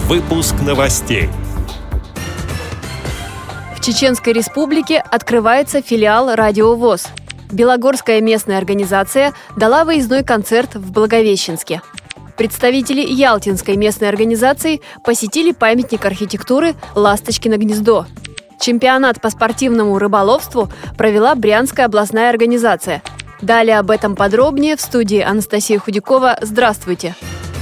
Выпуск новостей. В Чеченской Республике открывается филиал «Радио ВОС». Белогорская местная организация дала выездной концерт в Благовещенске. Представители Ялтинской местной организации посетили памятник архитектуры «Ласточкино гнездо». Чемпионат по спортивному рыболовству провела Брянская областная организация. Далее об этом подробнее в студии Анастасия Худякова. Здравствуйте!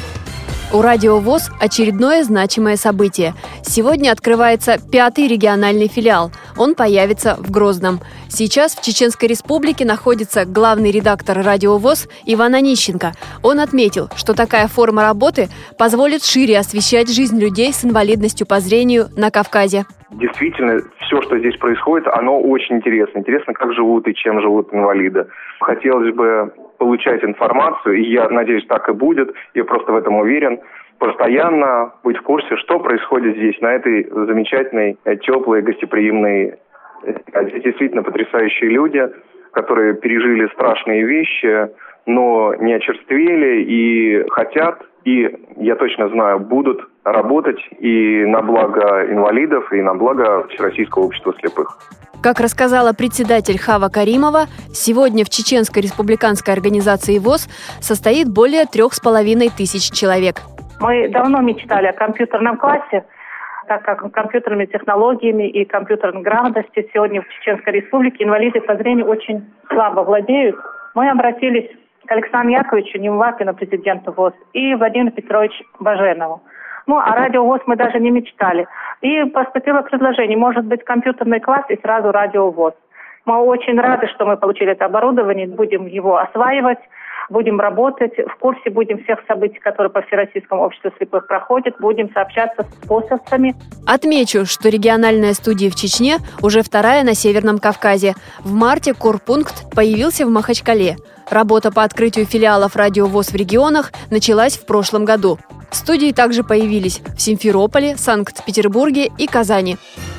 У «Радио ВОС» очередное значимое событие. Сегодня открывается 5-й региональный филиал. Он появится в Грозном. Сейчас в Чеченской Республике находится главный редактор «Радио ВОС» Иван Онищенко. Он отметил, что такая форма работы позволит шире освещать жизнь людей с инвалидностью по зрению на Кавказе. Действительно, все, что здесь происходит, оно очень интересно. Интересно, как живут и чем живут инвалиды. Хотелось бы получать информацию, и я надеюсь, так и будет, я просто в этом уверен, постоянно быть в курсе, что происходит здесь, на этой замечательной, теплой, гостеприимной, здесь действительно потрясающие люди, которые пережили страшные вещи, но не очерствели и хотят, и, я точно знаю, будут работать и на благо инвалидов, и на благо Всероссийского общества слепых. Как рассказала председатель Хава Каримова, сегодня в Чеченской республиканской организации ВОС состоит более 3500 человек. Мы давно мечтали о компьютерном классе, так как компьютерными технологиями и компьютерной грамотностью сегодня в Чеченской Республике инвалиды по зрению очень слабо владеют. Мы обратились к Александру Яковлевичу Немвапину, президенту ВОС, и Владимиру Петровичу Баженову. О радио ВОС мы даже не мечтали. И поступило предложение, может быть, компьютерный класс и сразу радио ВОС. Мы очень рады, что мы получили это оборудование, будем его осваивать, будем работать, в курсе будем всех событий, которые по Всероссийскому обществу слепых проходят, будем сообщаться с способцами. Отмечу, что региональная студия в Чечне уже 2-я на Северном Кавказе. В марте корпункт появился в Махачкале. Работа по открытию филиалов «Радио ВОС» в регионах началась в прошлом году. Студии также появились в Симферополе, Санкт-Петербурге и Казани.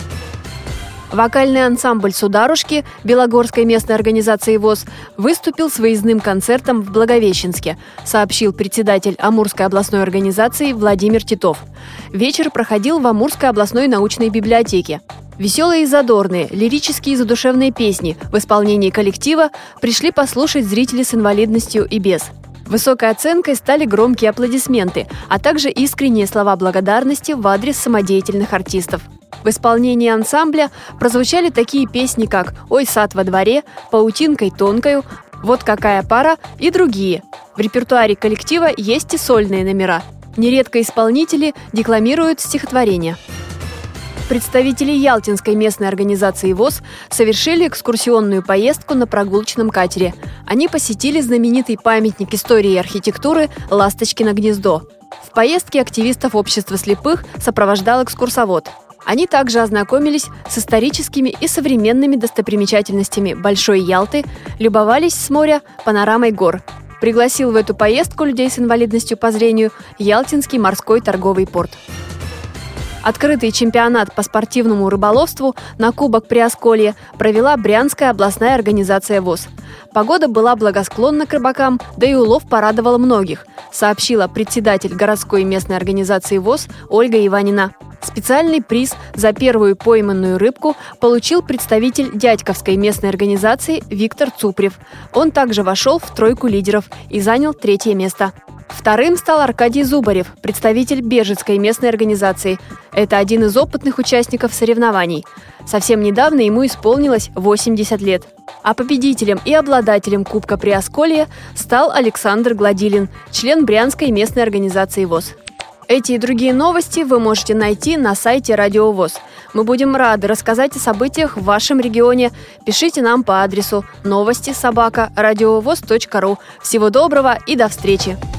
Вокальный ансамбль «Сударушки» Белогорской местной организации ВОС выступил с выездным концертом в Благовещенске, сообщил председатель Амурской областной организации Владимир Титов. Вечер проходил в Амурской областной научной библиотеке. Веселые и задорные, лирические и задушевные песни в исполнении коллектива пришли послушать зрители с инвалидностью и без. Высокой оценкой стали громкие аплодисменты, а также искренние слова благодарности в адрес самодеятельных артистов. В исполнении ансамбля прозвучали такие песни, как «Ой, сад во дворе», «Паутинкой тонкою», «Вот какая пара» и другие. В репертуаре коллектива есть и сольные номера. Нередко исполнители декламируют стихотворения. Представители Ялтинской местной организации ВОС совершили экскурсионную поездку на прогулочном катере. Они посетили знаменитый памятник истории и архитектуры «Ласточкино гнездо». В поездке активистов общества слепых сопровождал экскурсовод. Они также ознакомились с историческими и современными достопримечательностями Большой Ялты, любовались с моря панорамой гор. Пригласил в эту поездку людей с инвалидностью по зрению Ялтинский морской торговый порт. Открытый чемпионат по спортивному рыболовству на Кубок Приосколья провела Брянская областная организация ВОС. Погода была благосклонна к рыбакам, да и улов порадовал многих, сообщила председатель городской местной организации ВОС Ольга Иванина. Специальный приз за первую пойманную рыбку получил представитель Дядьковской местной организации Виктор Цупрев. Он также вошел в 3 лидеров и занял 3-е место. 2-м стал Аркадий Зубарев, представитель Бежецкой местной организации. Это один из опытных участников соревнований. Совсем недавно ему исполнилось 80 лет. А победителем и обладателем Кубка Приосколья стал Александр Гладилин, член Брянской местной организации ВОС. Эти и другие новости вы можете найти на сайте «Радио ВОС». Мы будем рады рассказать о событиях в вашем регионе. Пишите нам по адресу новости@радиовос.ру. Всего доброго и до встречи!